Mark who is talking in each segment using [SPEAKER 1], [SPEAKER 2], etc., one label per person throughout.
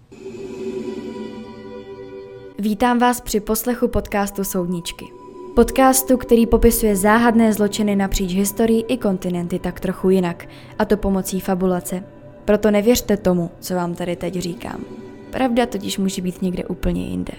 [SPEAKER 1] Vítám vás při poslechu podcastu Soudničky. Podcastu, který popisuje záhadné zločiny napříč historií i kontinenty tak trochu jinak, a to pomocí fabulace. Proto nevěřte tomu, co vám tady teď říkám. Pravda totiž může být někde úplně jinde.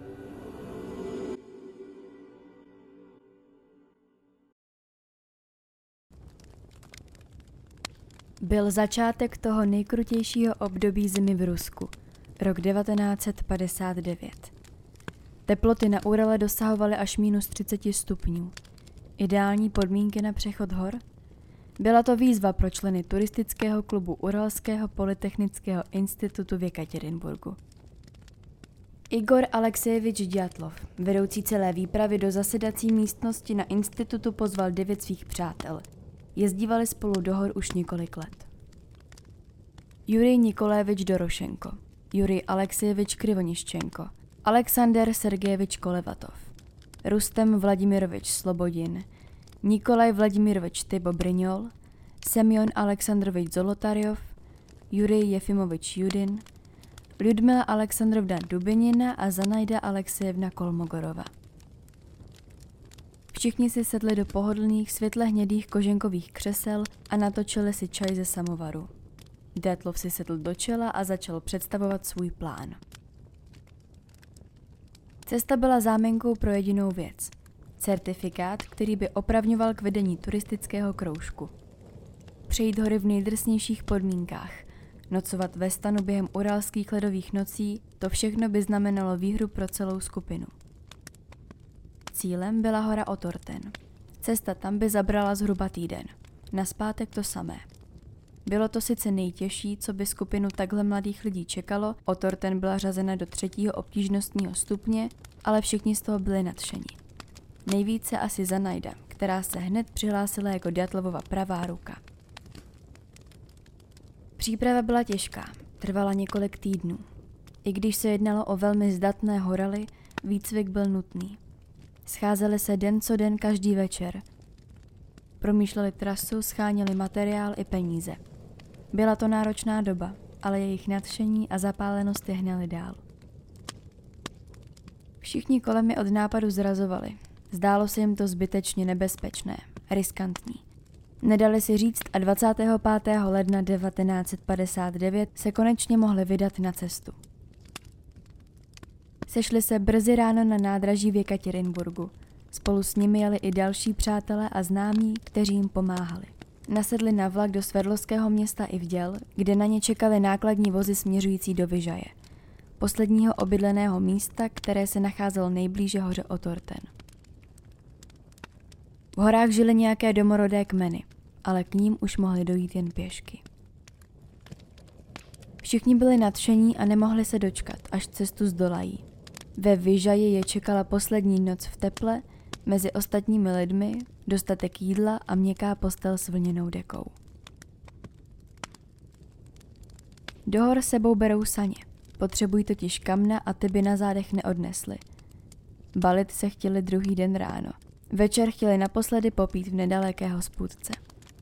[SPEAKER 1] Byl začátek toho nejkrutějšího období zimy v Rusku, rok 1959. Teploty na Urale dosahovaly až -30 stupňů. Ideální podmínky na přechod hor? Byla to výzva pro členy turistického klubu Uralského polytechnického institutu v Jekatěrinburgu. Igor Alexejevič Djatlov, vedoucí celé výpravy do zasedací místnosti na institutu, pozval 9 svých přátel. Jezdívali spolu do hor už několik let. Jurij Nikolajevič Dorošenko, Jurij Alexejevič Krivoniščenko, Alexander Sergejevič Kolevatov, Rustem Vladimirovič Slobodin, Nikolaj Vladimirovič Tybo-Bryňol, Semjon Alexandrovič Zolotaryov, Jurij Jefimovič Judin, Ljudmila Alexandrovna Dubinina a Zanajda Alexejevna Kolmogorova. Všichni si sedli do pohodlných, světle hnědých koženkových křesel a natočili si čaj ze samovaru. Djatlov si sedl do čela a začal představovat svůj plán. Cesta byla záminkou pro jedinou věc. Certifikát, který by opravňoval k vedení turistického kroužku. Přejít hory v nejdrsnějších podmínkách, nocovat ve stanu během uralských ledových nocí, to všechno by znamenalo výhru pro celou skupinu. Cílem byla hora Otorten. Cesta tam by zabrala zhruba týden. Nazpátek to samé. Bylo to sice nejtěžší, co by skupinu takhle mladých lidí čekalo, Otorten byla řazena do 3. obtížnostního stupně, ale všichni z toho byli nadšení. Nejvíce asi Zanajda, která se hned přihlásila jako Djatlovova pravá ruka. Příprava byla těžká, trvala několik týdnů. I když se jednalo o velmi zdatné horaly, výcvik byl nutný. Scházeli se den co den každý večer. Promýšleli trasu, scháněli materiál i peníze. Byla to náročná doba, ale jejich nadšení a zapálenost je hnali dál. Všichni kolem je od nápadu zrazovali. Zdálo se jim to zbytečně nebezpečné, riskantní. Nedali si říct a 25. ledna 1959 se konečně mohli vydat na cestu. Sešli se brzy ráno na nádraží v Jekatěrinburgu. Spolu s nimi jeli i další přátelé a známí, kteří jim pomáhali. Nasedli na vlak do sverdlovského města Ivděl, kde na ně čekaly nákladní vozy směřující do Vyžaje, posledního obydleného místa, které se nacházelo nejblíže hoře Otorten. V horách žily nějaké domorodé kmeny, ale k ním už mohli dojít jen pěšky. Všichni byli nadšení a nemohli se dočkat, až cestu zdolají. Ve Vyžaji je čekala poslední noc v teple, mezi ostatními lidmi, dostatek jídla a měkká postel s vlněnou dekou. Do hor sebou berou saně, potřebují totiž kamna a ty by na zádech neodnesli. Balit se chtěli druhý den ráno. Večer chtěli naposledy popít v nedaleké hospůdce.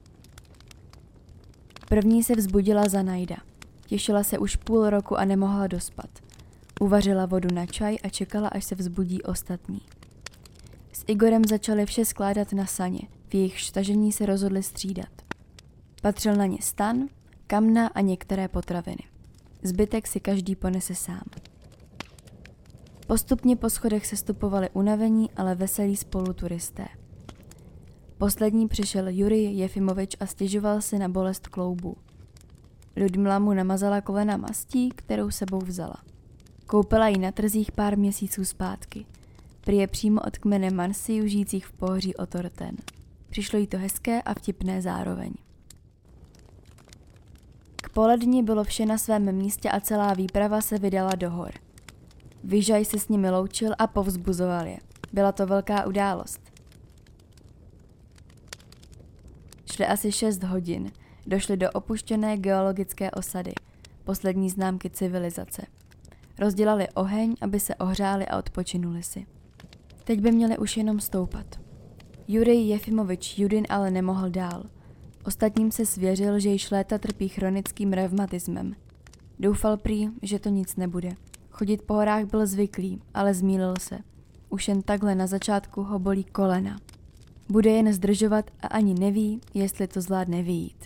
[SPEAKER 1] První se vzbudila Zanajda. Těšila se už půl roku a nemohla dospat. Uvařila vodu na čaj a čekala, až se vzbudí ostatní. S Igorem začali vše skládat na saně, v jejich štažení se rozhodli střídat. Patřil na ně stan, kamna a některé potraviny. Zbytek si každý ponese sám. Postupně po schodech se stupovali unavení, ale veselí spoluturisté. Poslední přišel Jurij Jefimovič a stěžoval si na bolest kloubů. Ljudmila mu namazala kolena mastí, kterou sebou vzala. Koupila ji na trzích pár měsíců zpátky. Prý je přímo od kmene Mansiů žijících v pohoří Otorten. Přišlo jí to hezké a vtipné zároveň. K poledni bylo vše na svém místě a celá výprava se vydala do hor. Vyžaj se s nimi loučil a povzbuzoval je. Byla to velká událost. Šli asi 6 hodin. Došli do opuštěné geologické osady, poslední známky civilizace. Rozdělali oheň, aby se ohřáli a odpočinuli si. Teď by měli už jenom stoupat. Jurij Jefimovič Judin ale nemohl dál. Ostatním se svěřil, že již léta trpí chronickým revmatismem. Doufal prý, že to nic nebude. Chodit po horách byl zvyklý, ale zmýlil se. Už jen takhle na začátku ho bolí kolena. Bude jen zdržovat a ani neví, jestli to zvládne vyjít.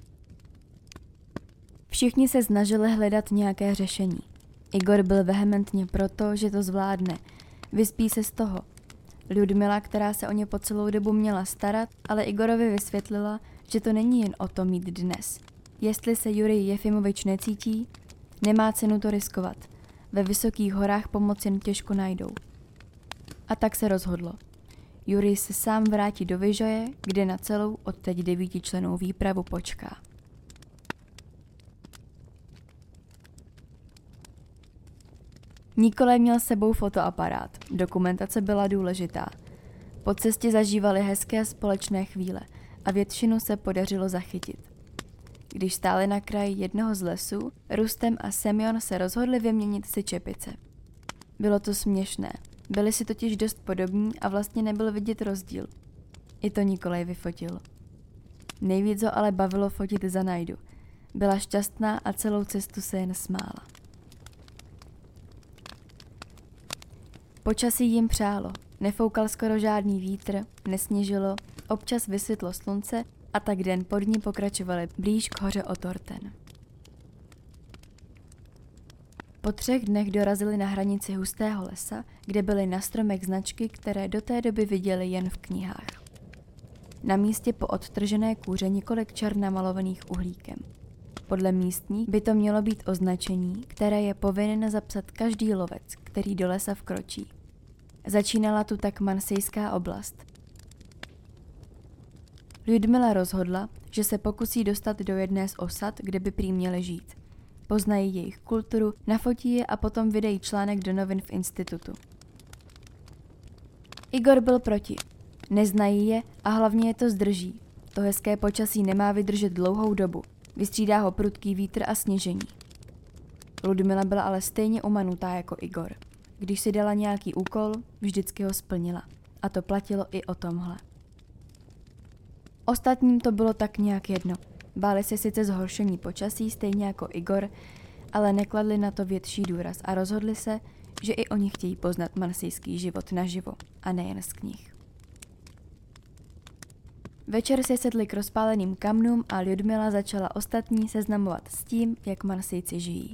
[SPEAKER 1] Všichni se snažili hledat nějaké řešení. Igor byl vehementně proto, že to zvládne. Vyspí se z toho. Ljudmila, která se o ně po celou dobu měla starat, ale Igorovi vysvětlila, že to není jen o to mít dnes. Jestli se Jurij Jefimovič necítí, nemá cenu to riskovat. Ve vysokých horách pomoc jen těžko najdou. A tak se rozhodlo. Jurij se sám vrátí do Vyžoje, kde na celou odteď 9člennou výpravu počká. Nikolaj měl s sebou fotoaparát. Dokumentace byla důležitá. Po cestě zažívali hezké společné chvíle a většinu se podařilo zachytit. Když stáli na kraji jednoho z lesů, Rustem a Semjon se rozhodli vyměnit si čepice. Bylo to směšné. Byli si totiž dost podobní a vlastně nebyl vidět rozdíl. I to Nikolaj vyfotil. Nejvíc ho ale bavilo fotit Zanajdu. Byla šťastná a celou cestu se jen smála. Počasí jim přálo. Nefoukal skoro žádný vítr, nesněžilo, občas vysvětlo slunce a tak den po dní pokračovali blíž k hoře Otorten. Po 3 dnech dorazili na hranici hustého lesa, kde byly na stromech značky, které do té doby viděli jen v knihách. Na místě po odtržené kůře několik čar namalovaných uhlíkem. Podle místních by to mělo být označení, které je povinen zapsat každý lovec, který do lesa vkročí. Začínala tu tak Mansijská oblast. Ljudmila rozhodla, že se pokusí dostat do jedné z osad, kde by prý měli žít. Poznají jejich kulturu, nafotí je a potom vydají článek do novin v institutu. Igor byl proti. Neznají je a hlavně je to zdrží. To hezké počasí nemá vydržet dlouhou dobu. Vystřídá ho prudký vítr a sněžení. Ljudmila byla ale stejně umanutá jako Igor. Když si dala nějaký úkol, vždycky ho splnila. A to platilo i o tomhle. Ostatním to bylo tak nějak jedno. Báli se sice zhoršení počasí, stejně jako Igor, ale nekladli na to větší důraz a rozhodli se, že i oni chtějí poznat mansijský život naživo a nejen z knih. Večer se sedli k rozpáleným kamnům a Ljudmila začala ostatní seznamovat s tím, jak Mansijci žijí.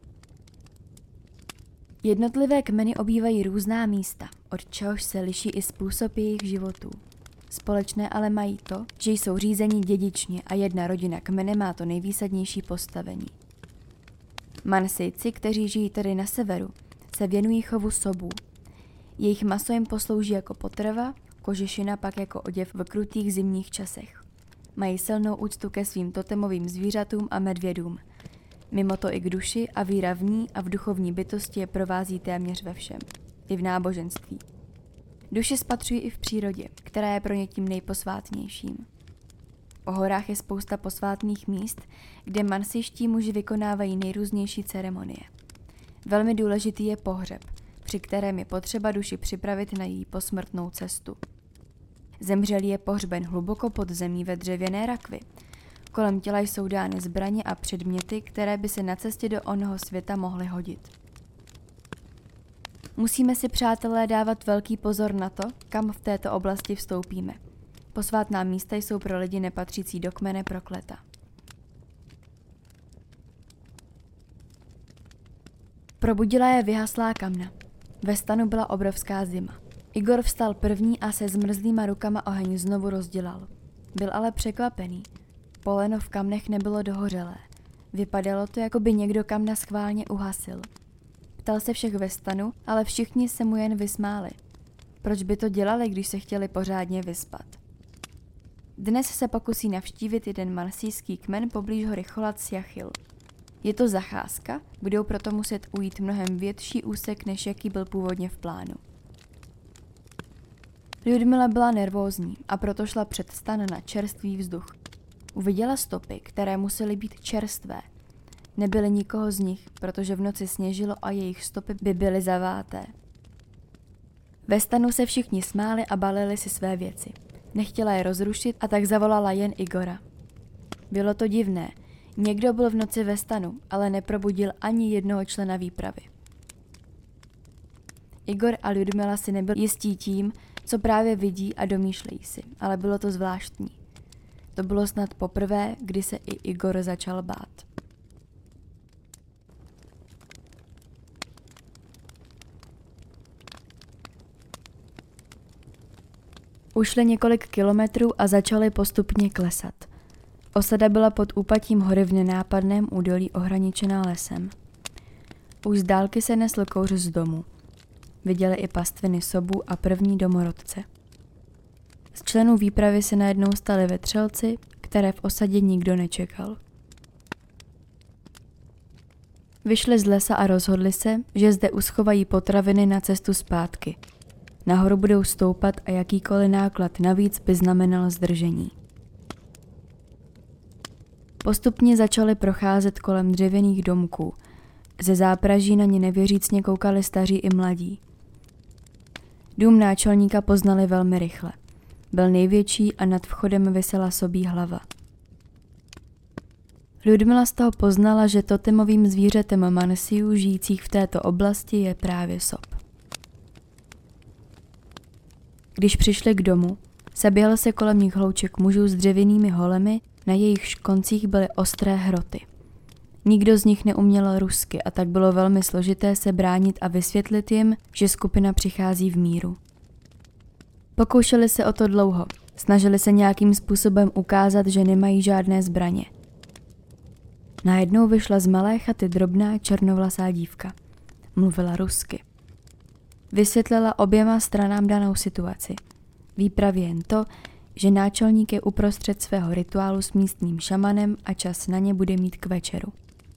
[SPEAKER 1] Jednotlivé kmeny obývají různá místa, od čehož se liší i způsob jejich životů. Společné ale mají to, že jsou řízeni dědičně a jedna rodina kmene má to nejvýsadnější postavení. Mansijci, kteří žijí tedy na severu, se věnují chovu sobů. Jejich maso jim poslouží jako potrava, kožešina pak jako oděv v krutých zimních časech. Mají silnou úctu ke svým totemovým zvířatům a medvědům. Mimo to i k duši a víra v ní a v duchovní bytosti je provází téměř ve všem. I v náboženství. Duši spatřují i v přírodě, která je pro ně tím nejposvátnějším. O horách je spousta posvátných míst, kde mansijští muži vykonávají nejrůznější ceremonie. Velmi důležitý je pohřeb, při kterém je potřeba duši připravit na její posmrtnou cestu. Zemřelý je pohřben hluboko pod zemí ve dřevěné rakvi. Kolem těla jsou dány zbraně a předměty, které by se na cestě do onoho světa mohly hodit. Musíme si, přátelé, dávat velký pozor na to, kam v této oblasti vstoupíme. Posvátná místa jsou pro lidi nepatřící do kmene prokleta. Probudila je vyhaslá kamna. Ve stanu byla obrovská zima. Igor vstal první a se zmrzlýma rukama oheň znovu rozdělal. Byl ale překvapený. Poleno v kamnech nebylo dohořelé. Vypadalo to, jako by někdo kamna schválně uhasil. Ptal se všech ve stanu, ale všichni se mu jen vysmáli. Proč by to dělali, když se chtěli pořádně vyspat? Dnes se pokusí navštívit jeden mansijský kmen poblíž hory Cholat Sjachil. Je to zacházka, budou proto muset ujít mnohem větší úsek, než jaký byl původně v plánu. Ljudmila byla nervózní a proto šla před stan na čerstvý vzduch. Uviděla stopy, které musely být čerstvé. Nebyly nikoho z nich, protože v noci sněžilo a jejich stopy by byly zaváté. Ve stanu se všichni smáli a balili si své věci. Nechtěla je rozrušit a tak zavolala jen Igora. Bylo to divné. Někdo byl v noci ve stanu, ale neprobudil ani jednoho člena výpravy. Igor a Ljudmila si nebyli jistí tím, co právě vidí a domýšlejí si, ale bylo to zvláštní. To bylo snad poprvé, kdy se i Igor začal bát. Ušli několik kilometrů a začali postupně klesat. Osada byla pod úpatím hory v nenápadném údolí ohraničená lesem. Už z dálky se nesl kouř z domu. Viděli i pastviny sobů a první domorodce. Z členů výpravy se najednou stali vetřelci, které v osadě nikdo nečekal. Vyšli z lesa a rozhodli se, že zde uschovají potraviny na cestu zpátky. Nahoru budou stoupat a jakýkoliv náklad navíc by znamenal zdržení. Postupně začali procházet kolem dřevěných domků. Ze zápraží na ně nevěřícně koukali staří i mladí. Dům náčelníka poznali velmi rychle. Byl největší a nad vchodem visela sobí hlava. Ljudmila z toho poznala, že totemovým zvířetem Mansiů žijících v této oblasti je právě sob. Když přišli k domu, seběhl se kolem nich hlouček mužů s dřevěnými holemi, na jejichž koncích byly ostré hroty. Nikdo z nich neuměl rusky a tak bylo velmi složité se bránit a vysvětlit jim, že skupina přichází v míru. Pokoušeli se o to dlouho, snažili se nějakým způsobem ukázat, že nemají žádné zbraně. Najednou vyšla z malé chaty drobná černovlasá dívka. Mluvila rusky. Vysvětlila oběma stranám danou situaci. Výpravě jen to, že náčelník je uprostřed svého rituálu s místním šamanem a čas na ně bude mít k večeru.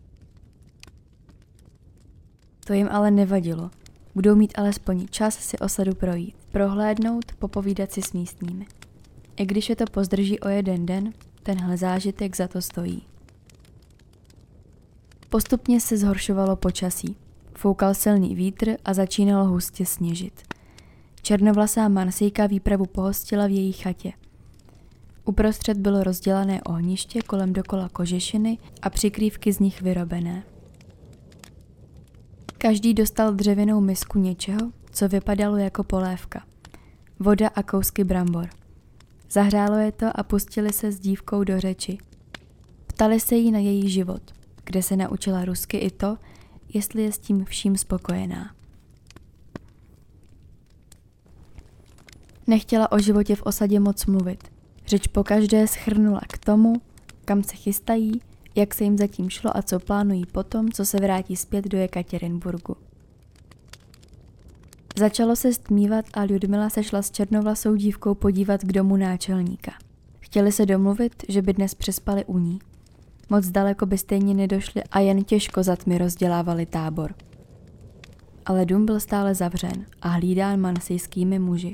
[SPEAKER 1] To jim ale nevadilo. Budou mít alespoň čas si osadu projít, prohlédnout, popovídat si s místními. I když je to pozdrží o jeden den, tenhle zážitek za to stojí. Postupně se zhoršovalo počasí. Foukal silný vítr a začínalo hustě sněžit. Černovlasá Mansijka výpravu pohostila v její chatě. Uprostřed bylo rozdělané ohniště, kolem dokola kožešiny a přikrývky z nich vyrobené. Každý dostal dřevěnou misku něčeho, co vypadalo jako polévka. Voda a kousky brambor. Zahřálo je to a pustili se s dívkou do řeči. Ptali se jí na její život, kde se naučila rusky i to, jestli je s tím vším spokojená. Nechtěla o životě v osadě moc mluvit. Řeč pokaždé shrnula k tomu, kam se chystají, jak se jim zatím šlo a co plánují potom, co se vrátí zpět do Jekaterinburgu. Začalo se stmívat a Ljudmila se šla s černovlasou dívkou podívat k domu náčelníka. Chtěli se domluvit, že by dnes přespali u ní. Moc daleko by stejně nedošli a jen těžko za tmy rozdělávali tábor. Ale dům byl stále zavřen a hlídán mansijskými muži.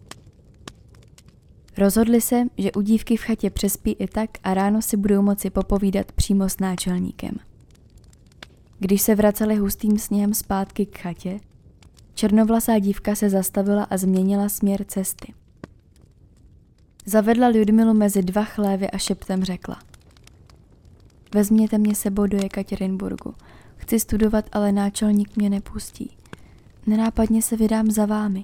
[SPEAKER 1] Rozhodli se, že u dívky v chatě přespí i tak a ráno si budou moci popovídat přímo s náčelníkem. Když se vraceli hustým sněhem zpátky k chatě, černovlasá dívka se zastavila a změnila směr cesty. Zavedla Ljudmilu mezi dva chlévy a šeptem řekla: Vezměte mě sebou do Jekaterinburgu. Chci studovat, ale náčelník mě nepustí. Nenápadně se vydám za vámi.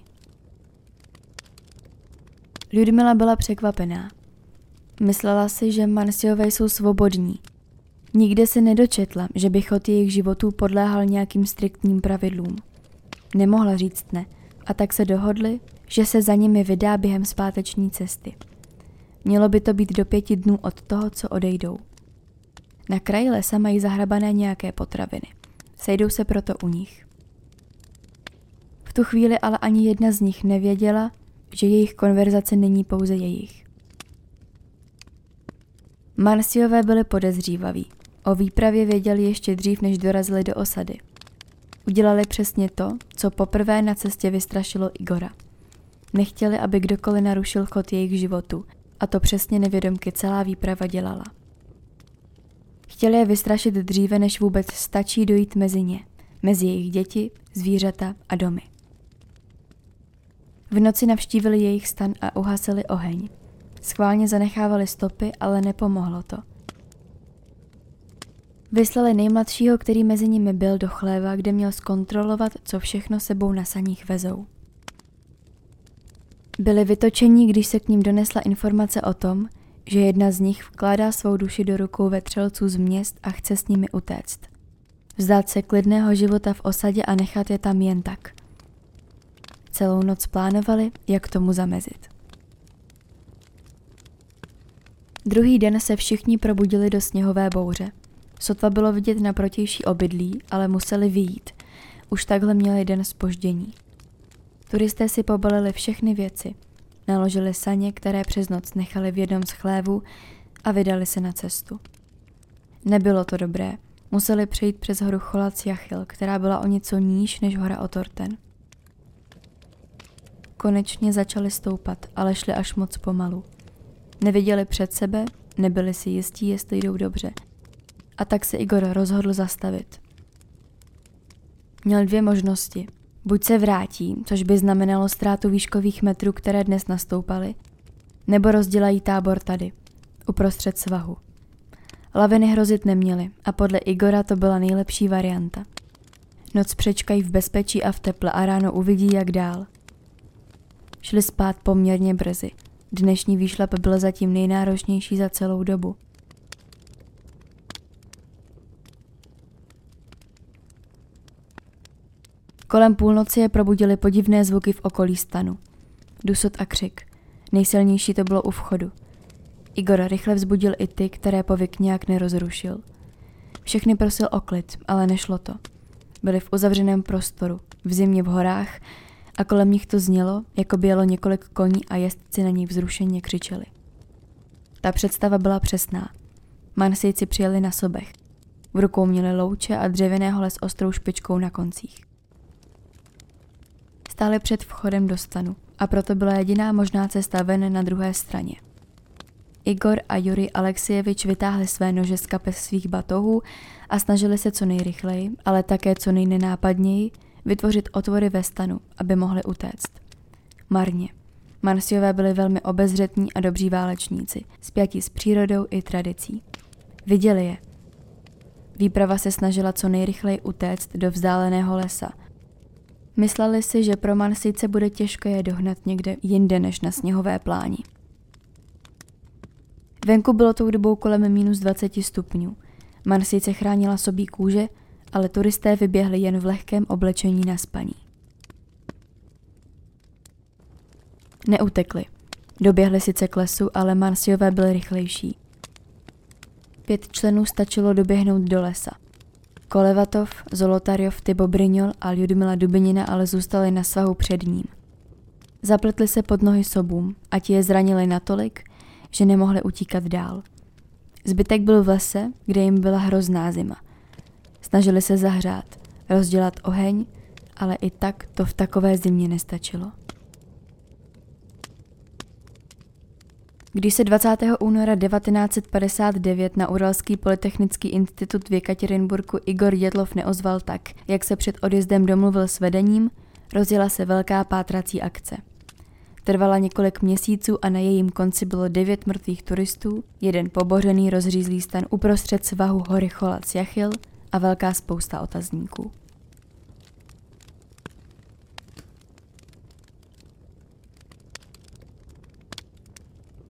[SPEAKER 1] Ljudmila byla překvapená. Myslela si, že Mansiové jsou svobodní. Nikde se nedočetla, že by chod jejich životů podléhal nějakým striktním pravidlům. Nemohla říct ne, a tak se dohodli, že se za nimi vydá během zpáteční cesty. Mělo by to být do 5 dnů od toho, co odejdou. Na kraji lesa mají zahrabané nějaké potraviny. Sejdou se proto u nich. V tu chvíli ale ani jedna z nich nevěděla, že jejich konverzace není pouze jejich. Mansiové byli podezřívaví. O výpravě věděli ještě dřív, než dorazili do osady. Udělali přesně to, co poprvé na cestě vystrašilo Igora. Nechtěli, aby kdokoliv narušil chod jejich životu, a to přesně nevědomky celá výprava dělala. Chtěli je vystrašit dříve, než vůbec stačí dojít mezi ně, mezi jejich děti, zvířata a domy. V noci navštívili jejich stan a uhasili oheň. Schválně zanechávali stopy, ale nepomohlo to. Vyslali nejmladšího, který mezi nimi byl, do chléva, kde měl zkontrolovat, co všechno sebou na saních vezou. Byli vytočení, když se k ním donesla informace o tom, že jedna z nich vkládá svou duši do rukou vetřelců z měst a chce s nimi utéct. Vzdát se klidného života v osadě a nechat je tam jen tak. Celou noc plánovali, jak tomu zamezit. Druhý den se všichni probudili do sněhové bouře. Sotva bylo vidět na protější obydlí, ale museli vyjít. Už takhle měli den zpoždění. Turisté si pobalili všechny věci. Naložili saně, které přes noc nechali v jednom z chlévů a vydali se na cestu. Nebylo to dobré. Museli přejít přes horu Cholac Jachil, která byla o něco níž než hora Otorten. Konečně začali stoupat, ale šli až moc pomalu. Neviděli před sebe, nebyli si jistí, jestli jdou dobře. A tak se Igor rozhodl zastavit. Měl dvě možnosti. Buď se vrátí, což by znamenalo ztrátu výškových metrů, které dnes nastoupali, nebo rozdělají tábor tady, uprostřed svahu. Laviny hrozit neměly a podle Igora to byla nejlepší varianta. Noc přečkají v bezpečí a v teple a ráno uvidí, jak dál. Šli spát poměrně brzy. Dnešní výšlap byl zatím nejnáročnější za celou dobu. Kolem půlnoci je probudily podivné zvuky v okolí stanu. Dusot a křik. Nejsilnější to bylo u vchodu. Igor rychle vzbudil i ty, které povyk nějak nerozrušil. Všechny prosil o klid, ale nešlo to. Byli v uzavřeném prostoru, v zimě v horách a kolem nich to znělo, jako by jelo několik koní a jezdci na nich vzrušeně křičeli. Ta představa byla přesná. Marsejci přijeli na sobech. V rukou měli louče a dřevěné hole s ostrou špičkou na koncích. Stáli před vchodem do stanu a proto byla jediná možná cesta ven na druhé straně. Igor a Jurij Alexejevič vytáhli své nože z kapes svých batohů a snažili se co nejrychleji, ale také co nejnenápadněji, vytvořit otvory ve stanu, aby mohli utéct. Marně. Marsiové byli velmi obezřetní a dobří válečníci, spjatí s přírodou i tradicí. Viděli je. Výprava se snažila co nejrychleji utéct do vzdáleného lesa. Mysleli si, že pro Marsijce bude těžko je dohnat někde jinde než na sněhové pláni. Venku bylo tou dobou kolem -20 stupňů. Marsijce chránila sobí kůže, ale turisté vyběhli jen v lehkém oblečení na spaní. Neutekli. Doběhli sice k lesu, ale Marsijové byli rychlejší. 5 členů stačilo doběhnout do lesa. Kolevatov, Zolotaryov, Tybo Brynjol a Ljudmila Dubinina ale zůstali na svahu před ním. Zapletli se pod nohy sobům a ti je zranili natolik, že nemohli utíkat dál. Zbytek byl v lese, kde jim byla hrozná zima. Snažili se zahřát, rozdělat oheň, ale i tak to v takové zimě nestačilo. Když se 20. února 1959 na Uralský polytechnický institut v Jekatěrinburgu Igor Jedlov neozval tak, jak se před odjezdem domluvil s vedením, rozjela se velká pátrací akce. Trvala několik měsíců a na jejím konci bylo 9 mrtvých turistů, jeden pobořený rozřízlý stan uprostřed svahu hory Cholac Jachil a velká spousta otazníků.